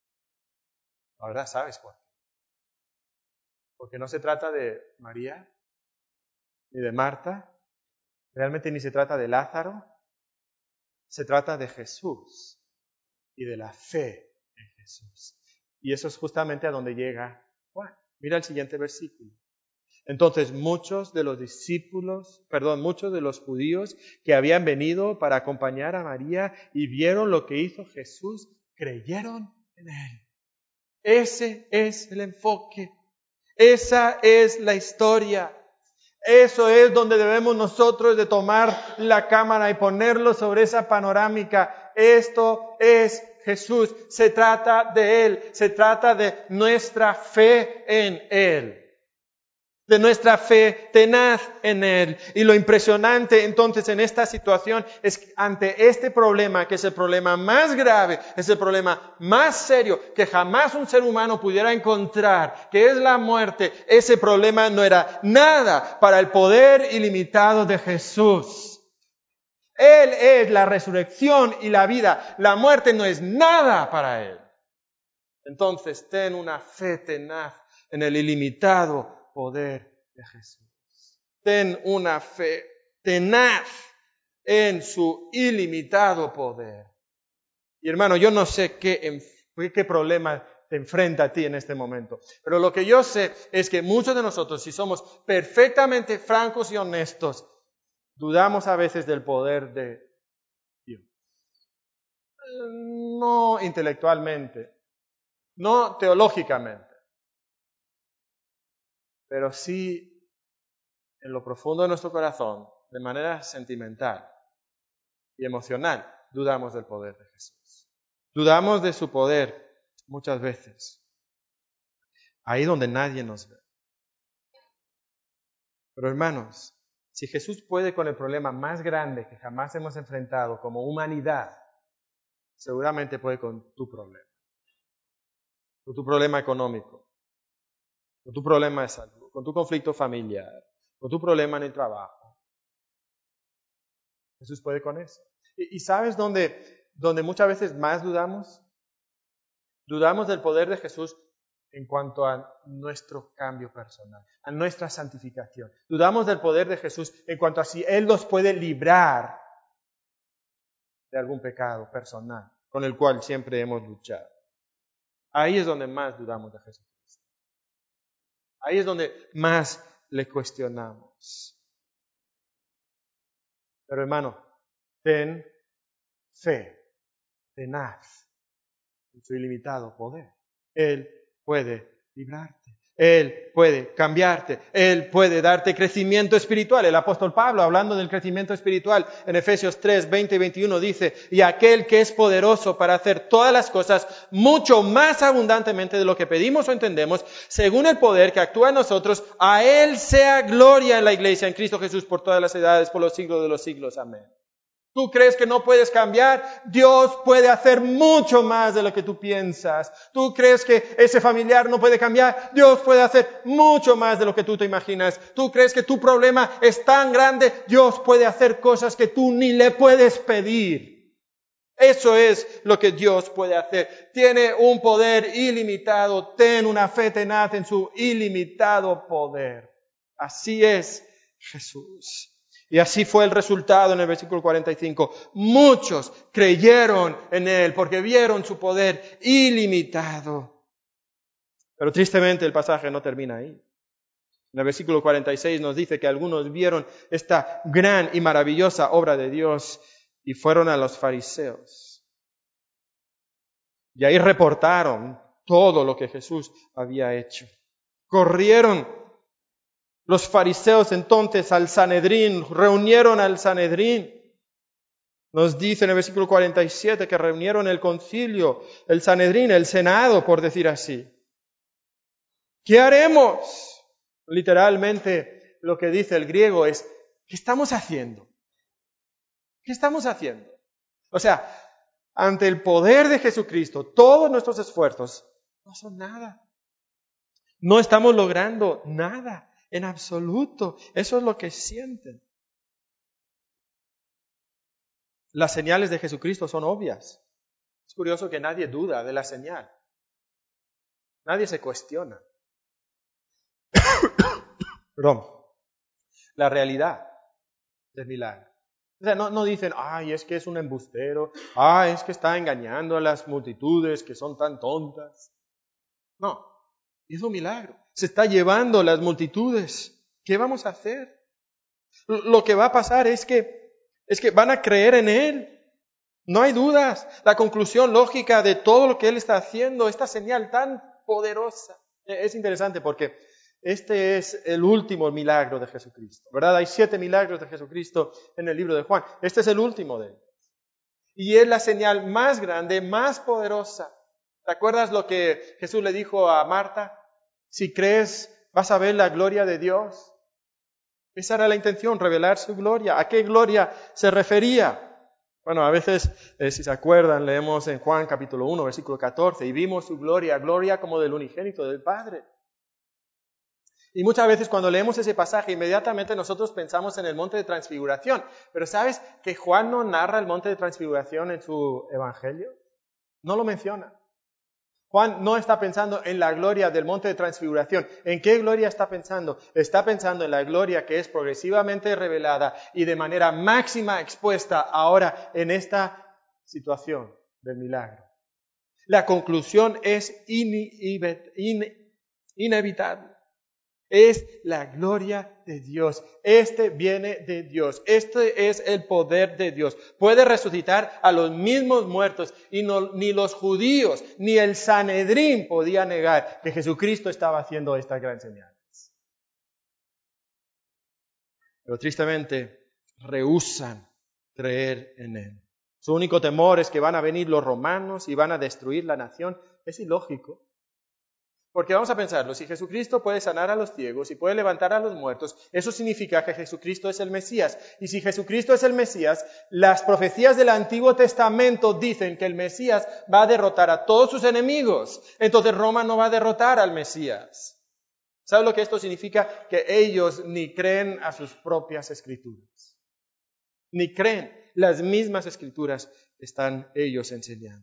Ahora sabes por qué. Porque no se trata de María ni de Marta, realmente ni se trata de Lázaro, se trata de Jesús y de la fe en Jesús. Y eso es justamente a donde llega Juan. Mira el siguiente versículo. Entonces muchos de los discípulos, perdón, muchos de los judíos que habían venido para acompañar a María y vieron lo que hizo Jesús, creyeron en él. Ese es el enfoque. Esa es la historia. Eso es donde debemos nosotros de tomar la cámara y ponerlo sobre esa panorámica. Esto es Jesús. Se trata de Él. Se trata de nuestra fe en Él. De nuestra fe tenaz en Él. Y lo impresionante entonces en esta situación es que ante este problema, que es el problema más grave, es el problema más serio que jamás un ser humano pudiera encontrar, que es la muerte, ese problema no era nada para el poder ilimitado de Jesús. Él es la resurrección y la vida. La muerte no es nada para Él. Entonces ten una fe tenaz en el ilimitado poder de Jesús. Ten una fe tenaz en su ilimitado poder. Y hermano, yo no sé qué, qué problema te enfrenta a ti en este momento, pero lo que yo sé es que muchos de nosotros, si somos perfectamente francos y honestos, dudamos a veces del poder de Dios. No intelectualmente, no teológicamente, pero sí en lo profundo de nuestro corazón, de manera sentimental y emocional, dudamos del poder de Jesús. Dudamos de su poder muchas veces, ahí donde nadie nos ve. Pero hermanos, si Jesús puede con el problema más grande que jamás hemos enfrentado como humanidad, seguramente puede con tu problema. Con tu problema económico, con tu problema de salud, con tu conflicto familiar, con tu problema en el trabajo. Jesús puede con eso. ¿Y, y sabes dónde, dónde muchas veces más dudamos? Dudamos del poder de Jesús en cuanto a nuestro cambio personal, a nuestra santificación. Dudamos del poder de Jesús en cuanto a si Él nos puede librar de algún pecado personal con el cual siempre hemos luchado. Ahí es donde más dudamos de Jesucristo. Ahí es donde más le cuestionamos. Pero hermano, ten fe, tenaz en su ilimitado poder. Él puede librarte. Él puede cambiarte, Él puede darte crecimiento espiritual. El apóstol Pablo, hablando del crecimiento espiritual, en Efesios tres, veinte y veintiuno dice, y aquel que es poderoso para hacer todas las cosas mucho más abundantemente de lo que pedimos o entendemos, según el poder que actúa en nosotros, a Él sea gloria en la iglesia, en Cristo Jesús, por todas las edades, por los siglos de los siglos. Amén. ¿Tú crees que no puedes cambiar? Dios puede hacer mucho más de lo que tú piensas. ¿Tú crees que ese familiar no puede cambiar? Dios puede hacer mucho más de lo que tú te imaginas. ¿Tú crees que tu problema es tan grande? Dios puede hacer cosas que tú ni le puedes pedir. Eso es lo que Dios puede hacer. Tiene un poder ilimitado. Ten una fe tenaz en su ilimitado poder. Así es Jesús. Y así fue el resultado en el versículo cuarenta y cinco. Muchos creyeron en Él porque vieron su poder ilimitado. Pero tristemente el pasaje no termina ahí. En el versículo cuarenta y seis nos dice que algunos vieron esta gran y maravillosa obra de Dios y fueron a los fariseos. Y ahí reportaron todo lo que Jesús había hecho. Corrieron los fariseos entonces al Sanedrín, reunieron al Sanedrín. Nos dice en el versículo cuarenta y siete que reunieron el concilio, el Sanedrín, el Senado, por decir así. ¿Qué haremos? Literalmente lo que dice el griego es, ¿qué estamos haciendo? ¿Qué estamos haciendo? O sea, ante el poder de Jesucristo, todos nuestros esfuerzos no son nada. No estamos logrando nada. En absoluto. Eso es lo que sienten. Las señales de Jesucristo son obvias. Es curioso que nadie duda de la señal. Nadie se cuestiona. Perdón. La realidad del milagro. O sea, no, no dicen, ay, es que es un embustero. Ay, es que está engañando a las multitudes que son tan tontas. No. Es un milagro. Se está llevando las multitudes. ¿Qué vamos a hacer? Lo que va a pasar es que, es que van a creer en Él. No hay dudas. La conclusión lógica de todo lo que Él está haciendo, esta señal tan poderosa. Es interesante porque este es el último milagro de Jesucristo, ¿verdad? Hay siete milagros de Jesucristo en el libro de Juan. Este es el último de ellos. Y es la señal más grande, más poderosa. ¿Te acuerdas lo que Jesús le dijo a Marta? Si crees, vas a ver la gloria de Dios. Esa era la intención, revelar su gloria. ¿A qué gloria se refería? Bueno, a veces, eh, si se acuerdan, leemos en Juan capítulo uno, versículo catorce, y vimos su gloria, gloria como del unigénito del Padre. Y muchas veces cuando leemos ese pasaje, inmediatamente nosotros pensamos en el monte de transfiguración. Pero ¿sabes que Juan no narra el monte de transfiguración en su evangelio? No lo menciona. Juan no está pensando en la gloria del monte de transfiguración. ¿En qué gloria está pensando? Está pensando en la gloria que es progresivamente revelada y de manera máxima expuesta ahora en esta situación del milagro. La conclusión es inevitable. Es la gloria de Dios. Este viene de Dios. Este es el poder de Dios. Puede resucitar a los mismos muertos y no, ni los judíos ni el Sanedrín podía negar que Jesucristo estaba haciendo estas grandes señales. Pero tristemente rehúsan creer en Él. Su único temor es que van a venir los romanos y van a destruir la nación. Es ilógico. Porque vamos a pensarlo, si Jesucristo puede sanar a los ciegos y puede levantar a los muertos, eso significa que Jesucristo es el Mesías. Y si Jesucristo es el Mesías, las profecías del Antiguo Testamento dicen que el Mesías va a derrotar a todos sus enemigos. Entonces Roma no va a derrotar al Mesías. ¿Sabe lo que esto significa? Que ellos ni creen a sus propias escrituras. Ni creen. Las mismas escrituras están ellos enseñando.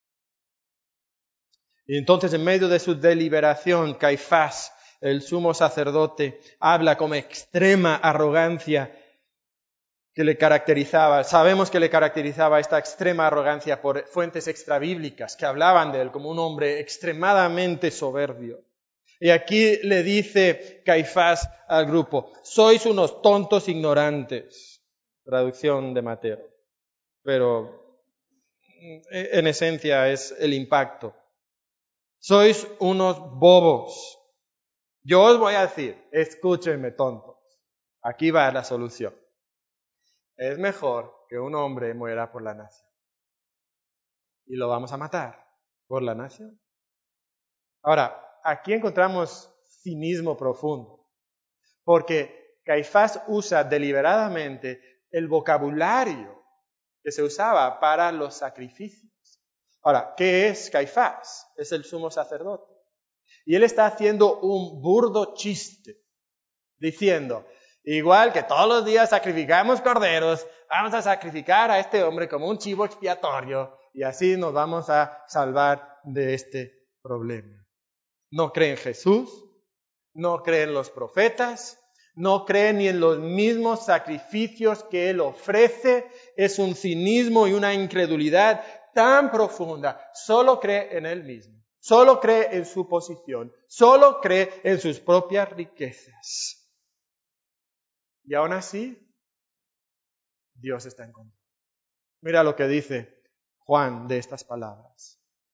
Y entonces, en medio de su deliberación, Caifás, el sumo sacerdote, habla con extrema arrogancia que le caracterizaba. Sabemos que le caracterizaba esta extrema arrogancia por fuentes extrabíblicas que hablaban de él como un hombre extremadamente soberbio. Y aquí le dice Caifás al grupo, sois unos tontos ignorantes. Traducción de Mateo. Pero en esencia es el impacto. Sois unos bobos. Yo os voy a decir, escúchenme tontos, aquí va la solución. Es mejor que un hombre muera por la nación. Y lo vamos a matar por la nación. Ahora, aquí encontramos cinismo profundo, porque Caifás usa deliberadamente el vocabulario que se usaba para los sacrificios. Ahora, ¿qué es Caifás? Es el sumo sacerdote. Y él está haciendo un burdo chiste, diciendo, igual que todos los días sacrificamos corderos, vamos a sacrificar a este hombre como un chivo expiatorio y así nos vamos a salvar de este problema. No cree en Jesús, no cree en los profetas, no cree ni en los mismos sacrificios que Él ofrece. Es un cinismo y una incredulidad tan profunda. Solo cree en Él mismo, solo cree en su posición, solo cree en sus propias riquezas. Y aún así, Dios está en control. Mira lo que dice Juan de estas palabras.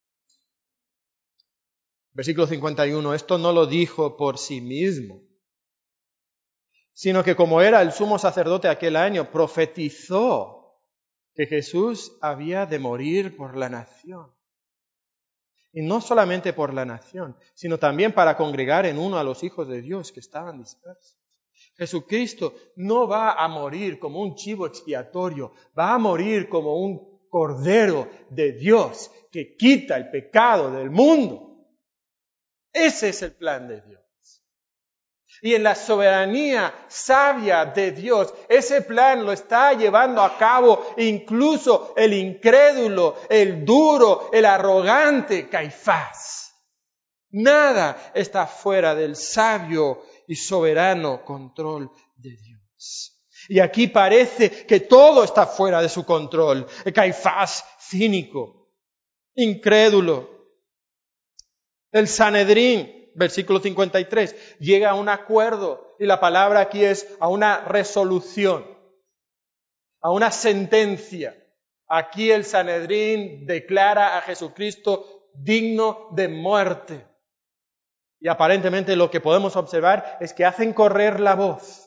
Versículo cincuenta y uno, esto no lo dijo por sí mismo, sino que como era el sumo sacerdote aquel año, profetizó que Jesús había de morir por la nación. Y no solamente por la nación, sino también para congregar en uno a los hijos de Dios que estaban dispersos. Jesucristo no va a morir como un chivo expiatorio, va a morir como un cordero de Dios que quita el pecado del mundo. Ese es el plan de Dios. Y en la soberanía sabia de Dios, ese plan lo está llevando a cabo incluso el incrédulo, el duro, el arrogante Caifás. Nada está fuera del sabio y soberano control de Dios. Y aquí parece que todo está fuera de su control. Caifás cínico, incrédulo. El Sanedrín, versículo cincuenta y tres, llega a un acuerdo, y la palabra aquí es a una resolución, a una sentencia. Aquí el Sanedrín declara a Jesucristo digno de muerte. Y aparentemente lo que podemos observar es que hacen correr la voz.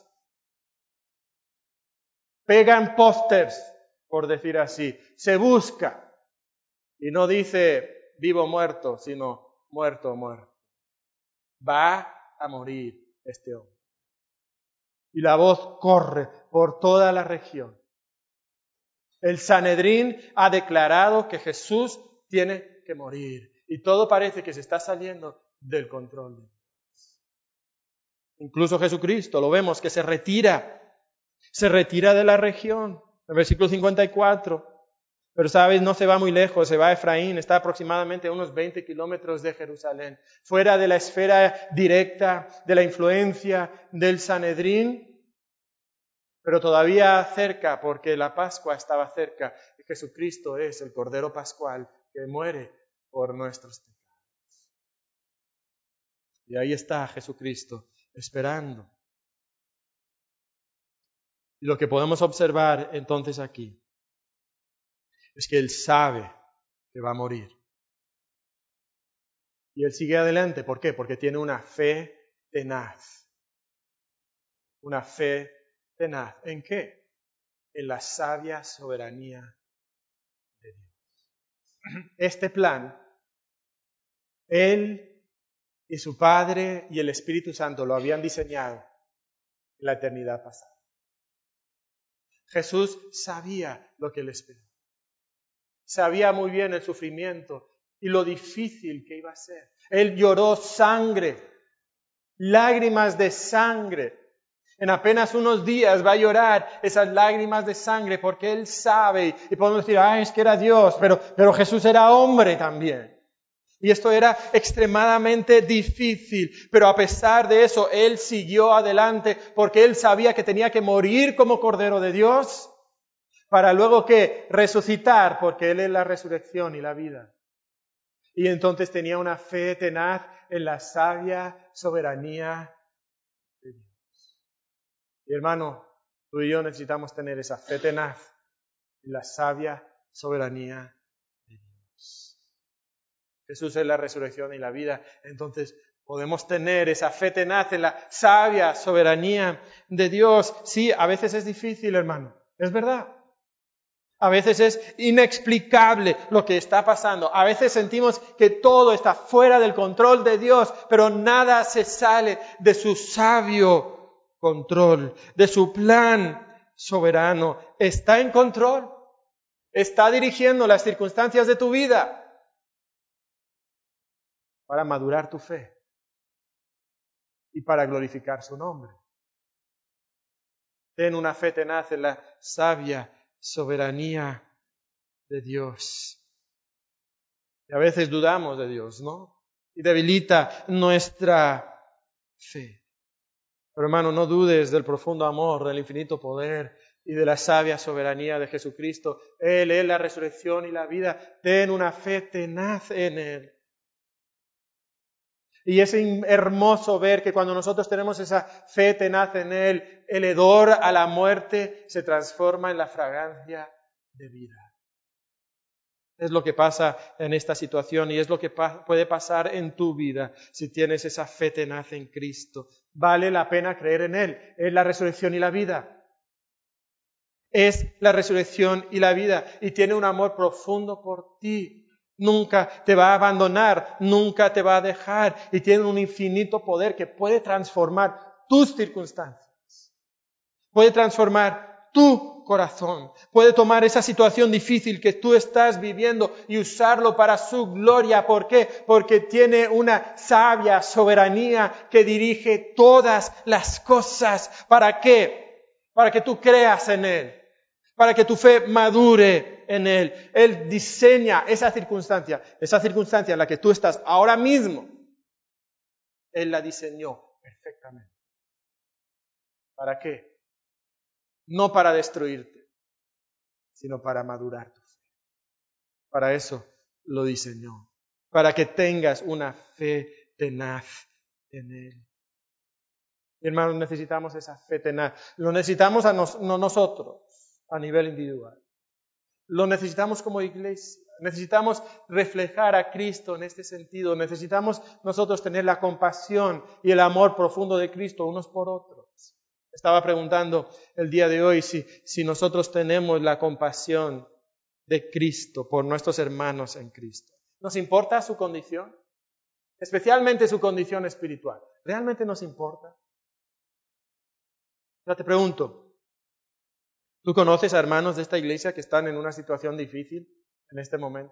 Pegan pósters, por decir así. Se busca. Y no dice vivo o muerto, sino muerto o muerto. Va a morir este hombre. Y la voz corre por toda la región. El Sanedrín ha declarado que Jesús tiene que morir. Y todo parece que se está saliendo del control de Dios. Incluso Jesucristo, lo vemos, que se retira. Se retira de la región. El versículo cincuenta y cuatro. Pero, ¿sabes? No se va muy lejos, se va a Efraín, está aproximadamente a unos veinte kilómetros de Jerusalén, fuera de la esfera directa de la influencia del Sanedrín, pero todavía cerca, porque la Pascua estaba cerca, y Jesucristo es el Cordero Pascual que muere por nuestros pecados. Y ahí está Jesucristo, esperando. Y lo que podemos observar entonces aquí es que Él sabe que va a morir. Y Él sigue adelante. ¿Por qué? Porque tiene una fe tenaz. Una fe tenaz. ¿En qué? En la sabia soberanía de Dios. Este plan, Él y su Padre y el Espíritu Santo lo habían diseñado en la eternidad pasada. Jesús sabía lo que le esperaba. Sabía muy bien el sufrimiento y lo difícil que iba a ser. Él lloró sangre, lágrimas de sangre. En apenas unos días va a llorar esas lágrimas de sangre porque Él sabe, y podemos decir, ah, es que era Dios, pero, pero Jesús era hombre también. Y esto era extremadamente difícil, pero a pesar de eso, Él siguió adelante porque Él sabía que tenía que morir como Cordero de Dios para luego que resucitar, porque Él es la resurrección y la vida. Y entonces tenía una fe tenaz en la sabia soberanía de Dios. Y hermano, tú y yo necesitamos tener esa fe tenaz en la sabia soberanía de Dios. Jesús es la resurrección y la vida, entonces Podemos tener esa fe tenaz en la sabia soberanía de Dios. Sí, a veces es difícil, hermano, es verdad. A veces es inexplicable lo que está pasando. A veces sentimos que todo está fuera del control de Dios, pero nada se sale de su sabio control, de su plan soberano. Está en control. Está dirigiendo las circunstancias de tu vida para madurar tu fe y para glorificar su nombre. Ten una fe tenaz en la sabia soberanía de Dios. Y a veces dudamos de Dios, ¿no? Y debilita nuestra fe. Pero hermano, no dudes del profundo amor, del infinito poder y de la sabia soberanía de Jesucristo. Él es la resurrección y la vida. Ten una fe tenaz en Él. Y es hermoso ver que cuando nosotros tenemos esa fe tenaz en Él, el hedor a la muerte se transforma en la fragancia de vida. Es lo que pasa en esta situación y es lo que pa- puede pasar en tu vida si tienes esa fe tenaz en Cristo. Vale la pena creer en Él. Es la resurrección y la vida. Es la resurrección y la vida. Y tiene un amor profundo por ti. Nunca te va a abandonar, nunca te va a dejar. Y tiene un infinito poder que puede transformar tus circunstancias. Puede transformar tu corazón. Puede tomar esa situación difícil que tú estás viviendo y usarlo para su gloria. ¿Por qué? Porque tiene una sabia soberanía que dirige todas las cosas. ¿Para qué? Para que tú creas en Él. Para que tu fe madure en Él. Él diseña esa circunstancia, esa circunstancia en la que tú estás ahora mismo. Él la diseñó perfectamente. ¿Para qué? No para destruirte, sino para madurar tu fe. Para eso lo diseñó. Para que tengas una fe tenaz en Él. Hermanos, necesitamos esa fe tenaz. Lo necesitamos a nos, no nosotros, a nivel individual. Lo necesitamos como iglesia. Necesitamos reflejar a Cristo en este sentido. Necesitamos nosotros tener la compasión y el amor profundo de Cristo unos por otros. Estaba preguntando el día de hoy si, si nosotros tenemos la compasión de Cristo por nuestros hermanos en Cristo. ¿Nos importa su condición? Especialmente su condición espiritual. ¿Realmente nos importa? Ya te pregunto, ¿tú conoces a hermanos de esta iglesia que están en una situación difícil en este momento?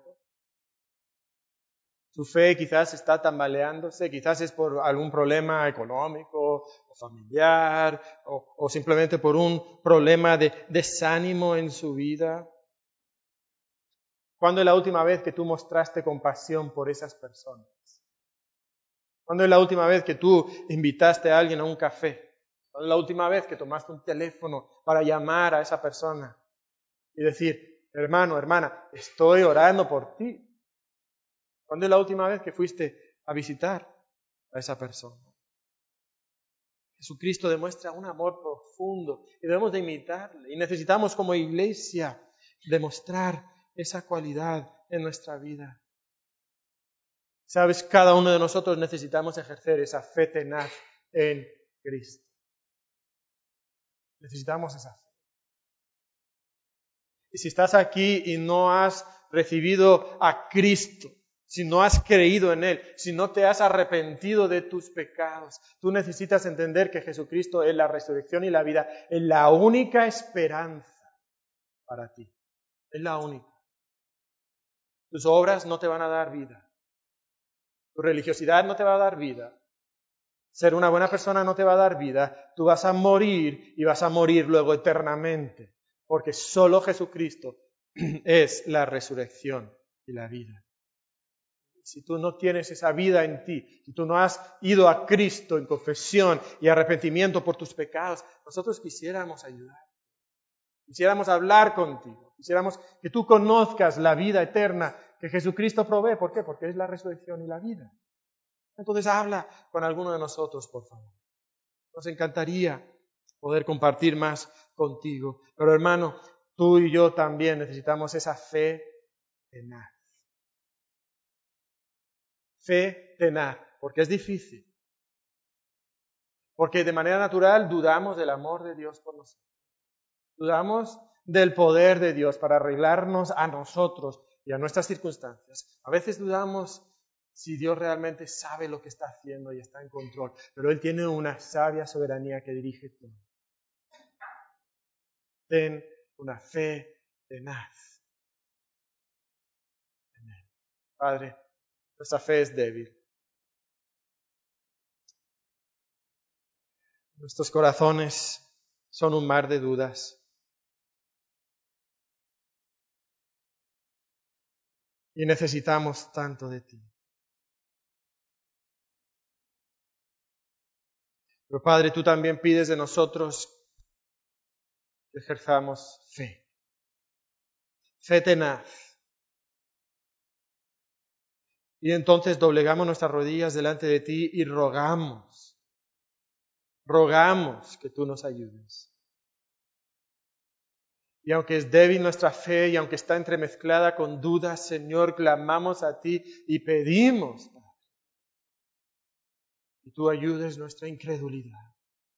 Su fe quizás está tambaleándose, quizás es por algún problema económico o familiar o, o simplemente por un problema de desánimo en su vida. ¿Cuándo es la última vez que tú mostraste compasión por esas personas? ¿Cuándo es la última vez que tú invitaste a alguien a un café? ¿Cuándo es la última vez que tomaste un teléfono para llamar a esa persona y decir, hermano, hermana, estoy orando por ti? ¿Cuándo es la última vez que fuiste a visitar a esa persona? Jesucristo demuestra un amor profundo y debemos de imitarle. Y necesitamos como iglesia demostrar esa cualidad en nuestra vida. Sabes, cada uno de nosotros necesitamos ejercer esa fe tenaz en Cristo. Necesitamos esa fe. Y si estás aquí y no has recibido a Cristo, si no has creído en Él, si no te has arrepentido de tus pecados, tú necesitas entender que Jesucristo es la resurrección y la vida, es la única esperanza para ti. Es la única. Tus obras no te van a dar vida. Tu religiosidad no te va a dar vida. Ser una buena persona no te va a dar vida. Tú vas a morir y vas a morir luego eternamente. Porque solo Jesucristo es la resurrección y la vida. Si tú no tienes esa vida en ti, si tú no has ido a Cristo en confesión y arrepentimiento por tus pecados, nosotros quisiéramos ayudar. Quisiéramos hablar contigo. Quisiéramos que tú conozcas la vida eterna que Jesucristo provee. ¿Por qué? Porque es la resurrección y la vida. Entonces habla con alguno de nosotros, por favor. Nos encantaría poder compartir más contigo. Pero hermano, tú y yo también necesitamos esa fe tenaz. Fe tenaz. porque es difícil. Porque de manera natural dudamos del amor de Dios por nosotros. Dudamos del poder de Dios para arreglarnos a nosotros y a nuestras circunstancias. A veces dudamos si Dios realmente sabe lo que está haciendo y está en control, pero Él tiene una sabia soberanía que dirige todo. Ten una fe tenaz en Él. Padre, nuestra fe es débil. Nuestros corazones son un mar de dudas. Y necesitamos tanto de ti. Pero Padre, tú también pides de nosotros que ejerzamos fe. Fe tenaz. Y entonces doblegamos nuestras rodillas delante de ti y rogamos, rogamos que tú nos ayudes. Y aunque es débil nuestra fe y aunque está entremezclada con dudas, Señor, clamamos a ti y pedimos que tú ayudes nuestra incredulidad.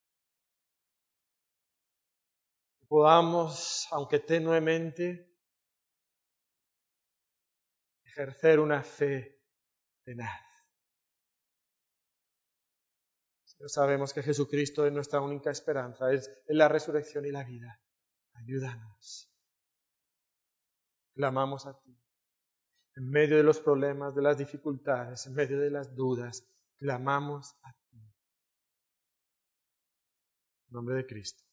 Que podamos, aunque tenuemente, ejercer una fe tenaz. Señor, sabemos que Jesucristo es nuestra única esperanza, es la resurrección y la vida. Ayúdanos. Clamamos a ti. En medio de los problemas, de las dificultades, en medio de las dudas, clamamos a ti. En nombre de Cristo.